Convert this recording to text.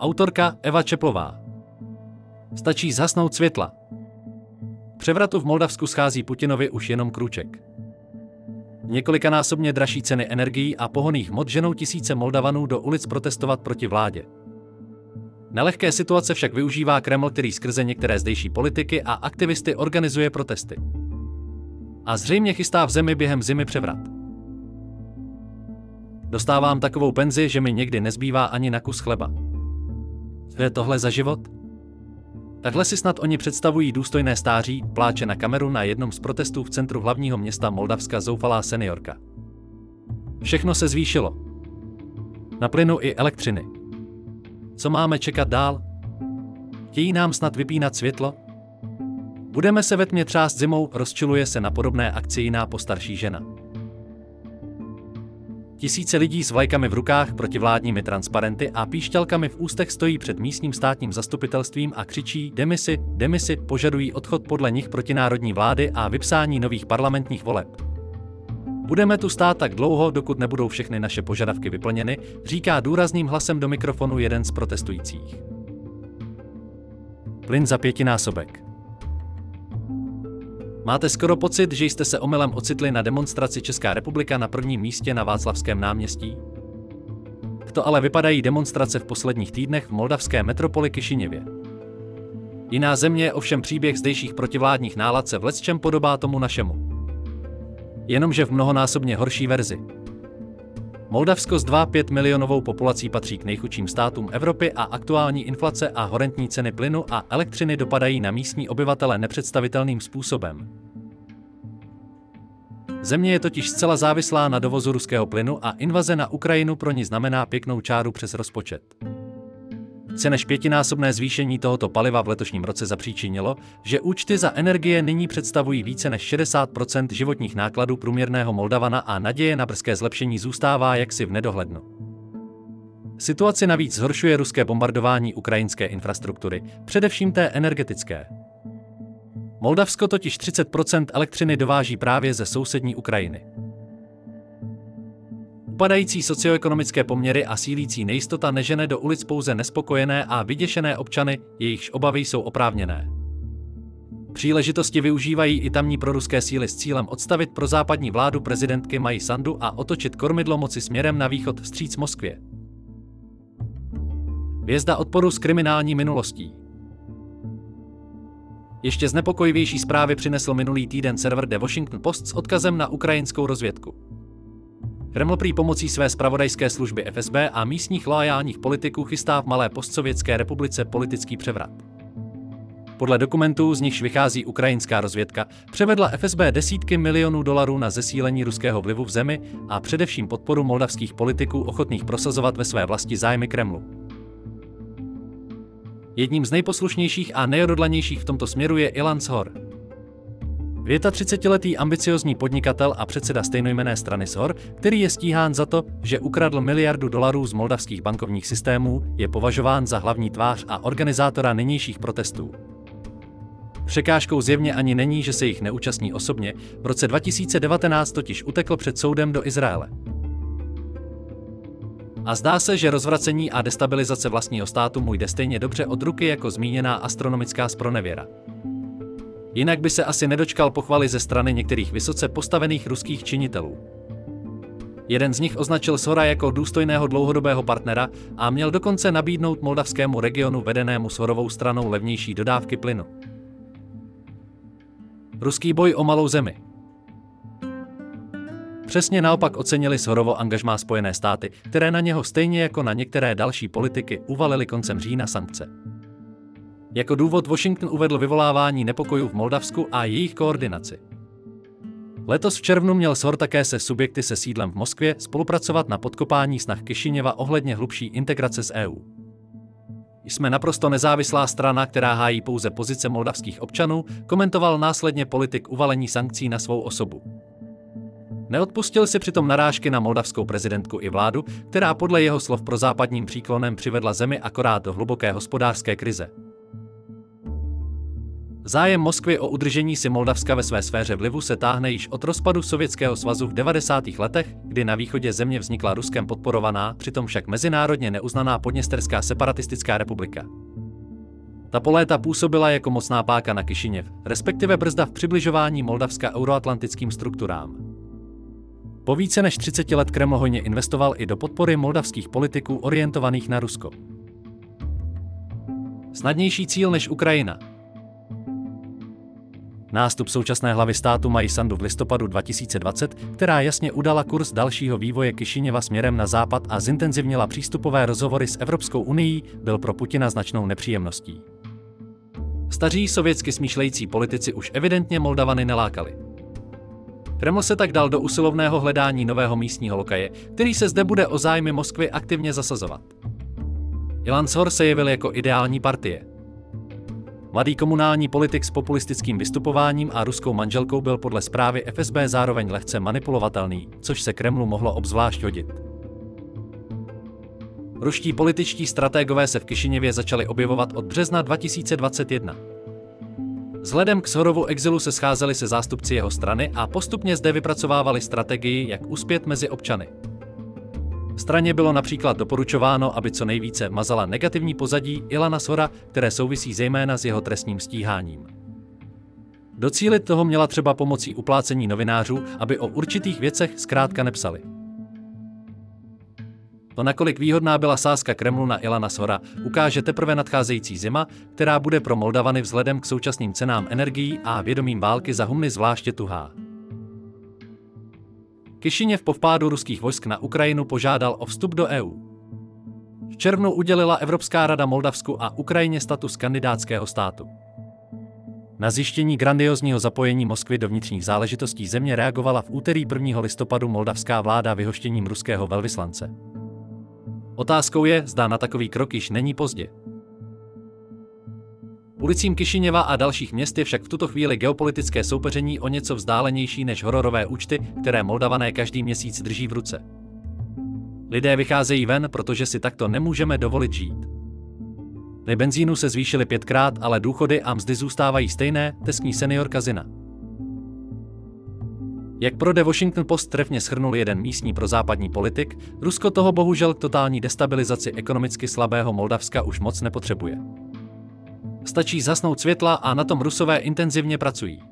Autorka Eva Čeplová. Stačí zhasnout světla. Převratu v Moldavsku schází Putinovi už jenom krůček. Několikanásobně dražší ceny energií a pohonných hmot ženou tisíce Moldavanů do ulic protestovat proti vládě. Nelehké situace však využívá Kreml, který skrze některé zdejší politiky a aktivisty organizuje protesty. A zřejmě chystá v zemi během zimy převrat. Dostávám takovou penzi, že mi někdy nezbývá ani na kus chleba. Co je tohle za život? Takhle si snad oni představují důstojné stáří, pláče na kameru na jednom z protestů v centru hlavního města Moldavska zoufalá seniorka. Všechno se zvýšilo. Na plynu i elektřiny. Co máme čekat dál? Chtějí nám snad vypínat světlo? Budeme se ve tmě třást zimou, rozčiluje se na podobné akci jiná postarší žena. Tisíce lidí s vlajkami v rukách, protivládními transparenty a píšťalkami v ústech stojí před místním státním zastupitelstvím a křičí demisi, demisi, požadují odchod podle nich protinárodní vlády a vypsání nových parlamentních voleb. Budeme tu stát tak dlouho, dokud nebudou všechny naše požadavky vyplněny, říká důrazným hlasem do mikrofonu jeden z protestujících. Plyn za 5násobek. Máte skoro pocit, že jste se omylem ocitli na demonstraci Česká republika na prvním místě na Václavském náměstí? To ale vypadají demonstrace v posledních týdnech v moldavské metropoli Kišiněvě. Jiná země je ovšem příběh zdejších protivládních nálad se v lecčem podobá tomu našemu. Jenomže v mnohonásobně horší verzi. Moldavsko s 2,5 milionovou populací patří k nejchudším státům Evropy a aktuální inflace a horentní ceny plynu a elektřiny dopadají na místní obyvatele nepředstavitelným způsobem. Země je totiž zcela závislá na dovozu ruského plynu a invaze na Ukrajinu pro ní znamená pěknou čáru přes rozpočet. Více než 5násobné zvýšení tohoto paliva v letošním roce zapříčinilo, že účty za energie nyní představují více než 60% životních nákladů průměrného Moldavana a naděje na brzké zlepšení zůstává jaksi v nedohlednu. Situaci navíc zhoršuje ruské bombardování ukrajinské infrastruktury, především té energetické. Moldavsko totiž 30% elektřiny dováží právě ze sousední Ukrajiny. Upadající socioekonomické poměry a sílící nejistota nežene do ulic pouze nespokojené a vyděšené občany, jejichž obavy jsou oprávněné. Příležitosti využívají i tamní proruské síly s cílem odstavit prozápadní vládu prezidentky Maji Sandu a otočit kormidlo moci směrem na východ vstříc Moskvě. Hvězda odporu s kriminální minulostí. Ještě znepokojivější zprávy přinesl minulý týden server The Washington Post s odkazem na ukrajinskou rozvědku. Kreml prý pomocí své zpravodajské služby FSB a místních loajálních politiků chystá v malé postsovětské republice politický převrat. Podle dokumentů, z nichž vychází ukrajinská rozvědka, převedla FSB desítky milionů dolarů na zesílení ruského vlivu v zemi a především podporu moldavských politiků ochotných prosazovat ve své vlasti zájmy Kremlu. Jedním z nejposlušnějších a nejodhodlanějších v tomto směru je Ilan Shor. 35letý ambiciózní podnikatel a předseda stejnojmenné strany Shor, který je stíhán za to, že ukradl $1 miliardu z moldavských bankovních systémů, je považován za hlavní tvář a organizátora nynějších protestů. Překážkou zjevně ani není, že se jich neúčastní osobně, v roce 2019 totiž utekl před soudem do Izraele. A zdá se, že rozvracení a destabilizace vlastního státu mu jde stejně dobře od ruky jako zmíněná astronomická zpronevěra. Jinak by se asi nedočkal pochvaly ze strany některých vysoce postavených ruských činitelů. Jeden z nich označil Shora jako důstojného dlouhodobého partnera a měl dokonce nabídnout moldavskému regionu vedenému Shorovou stranou levnější dodávky plynu. Ruský boj o malou zemi. Přesně naopak ocenili Shorovo angažmá Spojené státy, které na něho stejně jako na některé další politiky uvalili koncem října sankce. Jako důvod Washington uvedl vyvolávání nepokojů v Moldavsku a jejich koordinaci. Letos v červnu měl Shor také se subjekty se sídlem v Moskvě spolupracovat na podkopání snah Kišiněva ohledně hlubší integrace s EU. Jsme naprosto nezávislá strana, která hájí pouze pozice moldavských občanů, komentoval následně politik uvalení sankcí na svou osobu. Neodpustil si přitom narážky na moldavskou prezidentku i vládu, která podle jeho slov prozápadním příklonem přivedla zemi akorát do hluboké hospodářské krize. Zájem Moskvy o udržení si Moldavska ve své sféře vlivu se táhne již od rozpadu Sovětského svazu v 90. letech, kdy na východě země vznikla Ruskem podporovaná, přitom však mezinárodně neuznaná Podněsterská separatistická republika. Ta po léta působila jako mocná páka na Kišiněv, respektive brzda v přibližování Moldavska euroatlantickým strukturám. Po více než 30 let Kreml hojně investoval i do podpory moldavských politiků orientovaných na Rusko. Snadnější cíl než Ukrajina. Nástup současné hlavy státu Maji Sandu v listopadu 2020, která jasně udala kurz dalšího vývoje Kišiněva směrem na západ a zintenzivnila přístupové rozhovory s Evropskou unií, byl pro Putina značnou nepříjemností. Staří sovětsky smýšlející politici už evidentně Moldavany nelákali. Kreml se tak dal do usilovného hledání nového místního lokaje, který se zde bude o zájmy Moskvy aktivně zasazovat. Ilan Sor se jevil jako ideální partie. Mladý komunální politik s populistickým vystupováním a ruskou manželkou byl podle zprávy FSB zároveň lehce manipulovatelný, což se Kremlu mohlo obzvlášť hodit. Ruští političtí stratégové se v Kišiněvě začali objevovat od března 2021. Vzhledem k Sorovu exilu se scházeli se zástupci jeho strany a postupně zde vypracovávali strategii, jak uspět mezi občany. Straně bylo například doporučováno, aby co nejvíce mazala negativní pozadí Ilana Sora, které souvisí zejména s jeho trestním stíháním. Docílit toho měla třeba pomocí uplácení novinářů, aby o určitých věcech zkrátka nepsali. To, nakolik výhodná byla sázka Kremlu na Ilana Sora, ukáže teprve nadcházející zima, která bude pro Moldavany vzhledem k současným cenám energií a vědomím války za humny zvláště tuhá. Kišiněv po vpádu ruských vojsk na Ukrajinu požádal o vstup do EU. V červnu udělila Evropská rada Moldavsku a Ukrajině status kandidátského státu. Na zjištění grandiozního zapojení Moskvy do vnitřních záležitostí země reagovala v úterý 1. listopadu moldavská vláda vyhoštěním ruského velvyslance. Otázkou je, zda na takový krok již není pozdě. Ulicím Kišiněva a dalších měst je však v tuto chvíli geopolitické soupeření o něco vzdálenější než hororové účty, které Moldavané každý měsíc drží v ruce. Lidé vycházejí ven, protože si takto nemůžeme dovolit žít. Ceny benzínu se zvýšily 5krát, ale důchody a mzdy zůstávají stejné, teskní seniorka Zina. Jak pro The Washington Post trefně shrnul jeden místní prozápadní politik, Rusko toho bohužel k totální destabilizaci ekonomicky slabého Moldavska už moc nepotřebuje. Stačí zhasnout světla a na tom Rusové intenzivně pracují.